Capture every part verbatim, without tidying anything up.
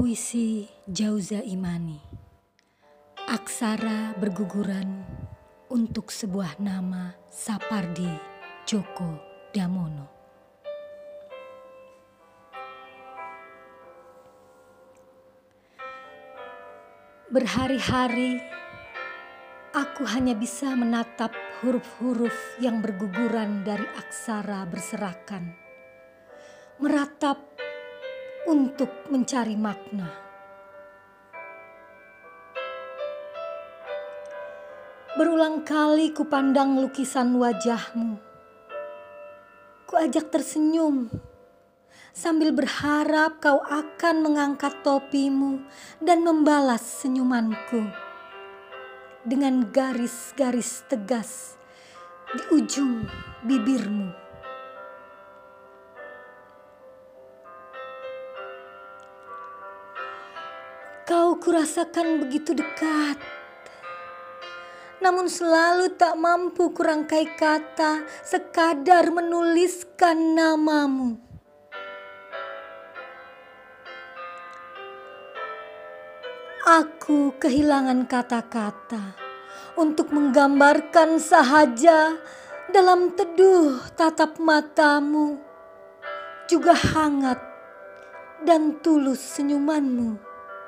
Puisi Jauza Imani. Aksara berguguran untuk sebuah nama Sapardi Djoko Damono. Berhari-hari aku hanya bisa menatap huruf-huruf yang berguguran dari aksara berserakan, meratap untuk mencari makna. Berulang kali kupandang lukisan wajahmu, kuajak tersenyum sambil berharap kau akan mengangkat topimu dan membalas senyumanku dengan garis-garis tegas di ujung bibirmu. Kau kurasakan begitu dekat, namun selalu tak mampu kurangkai kata sekadar menuliskan namamu. Aku kehilangan kata-kata untuk menggambarkan sahaja dalam teduh tatap matamu, juga hangat dan tulus senyumanmu.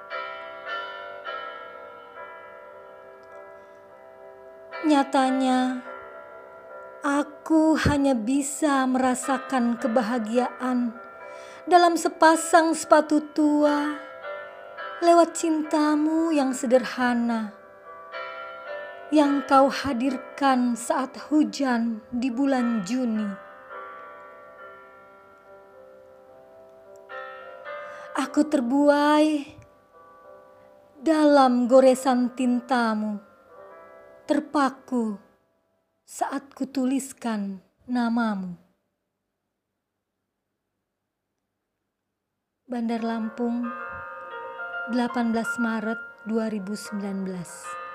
Nyatanya, aku hanya bisa merasakan kebahagiaan dalam sepasang sepatu tua lewat cintamu yang sederhana, yang kau hadirkan saat hujan di bulan Juni. Aku terbuai dalam goresan tintamu, terpaku saat kutuliskan namamu. Bandar Lampung, delapan belas Maret dua ribu sembilan belas.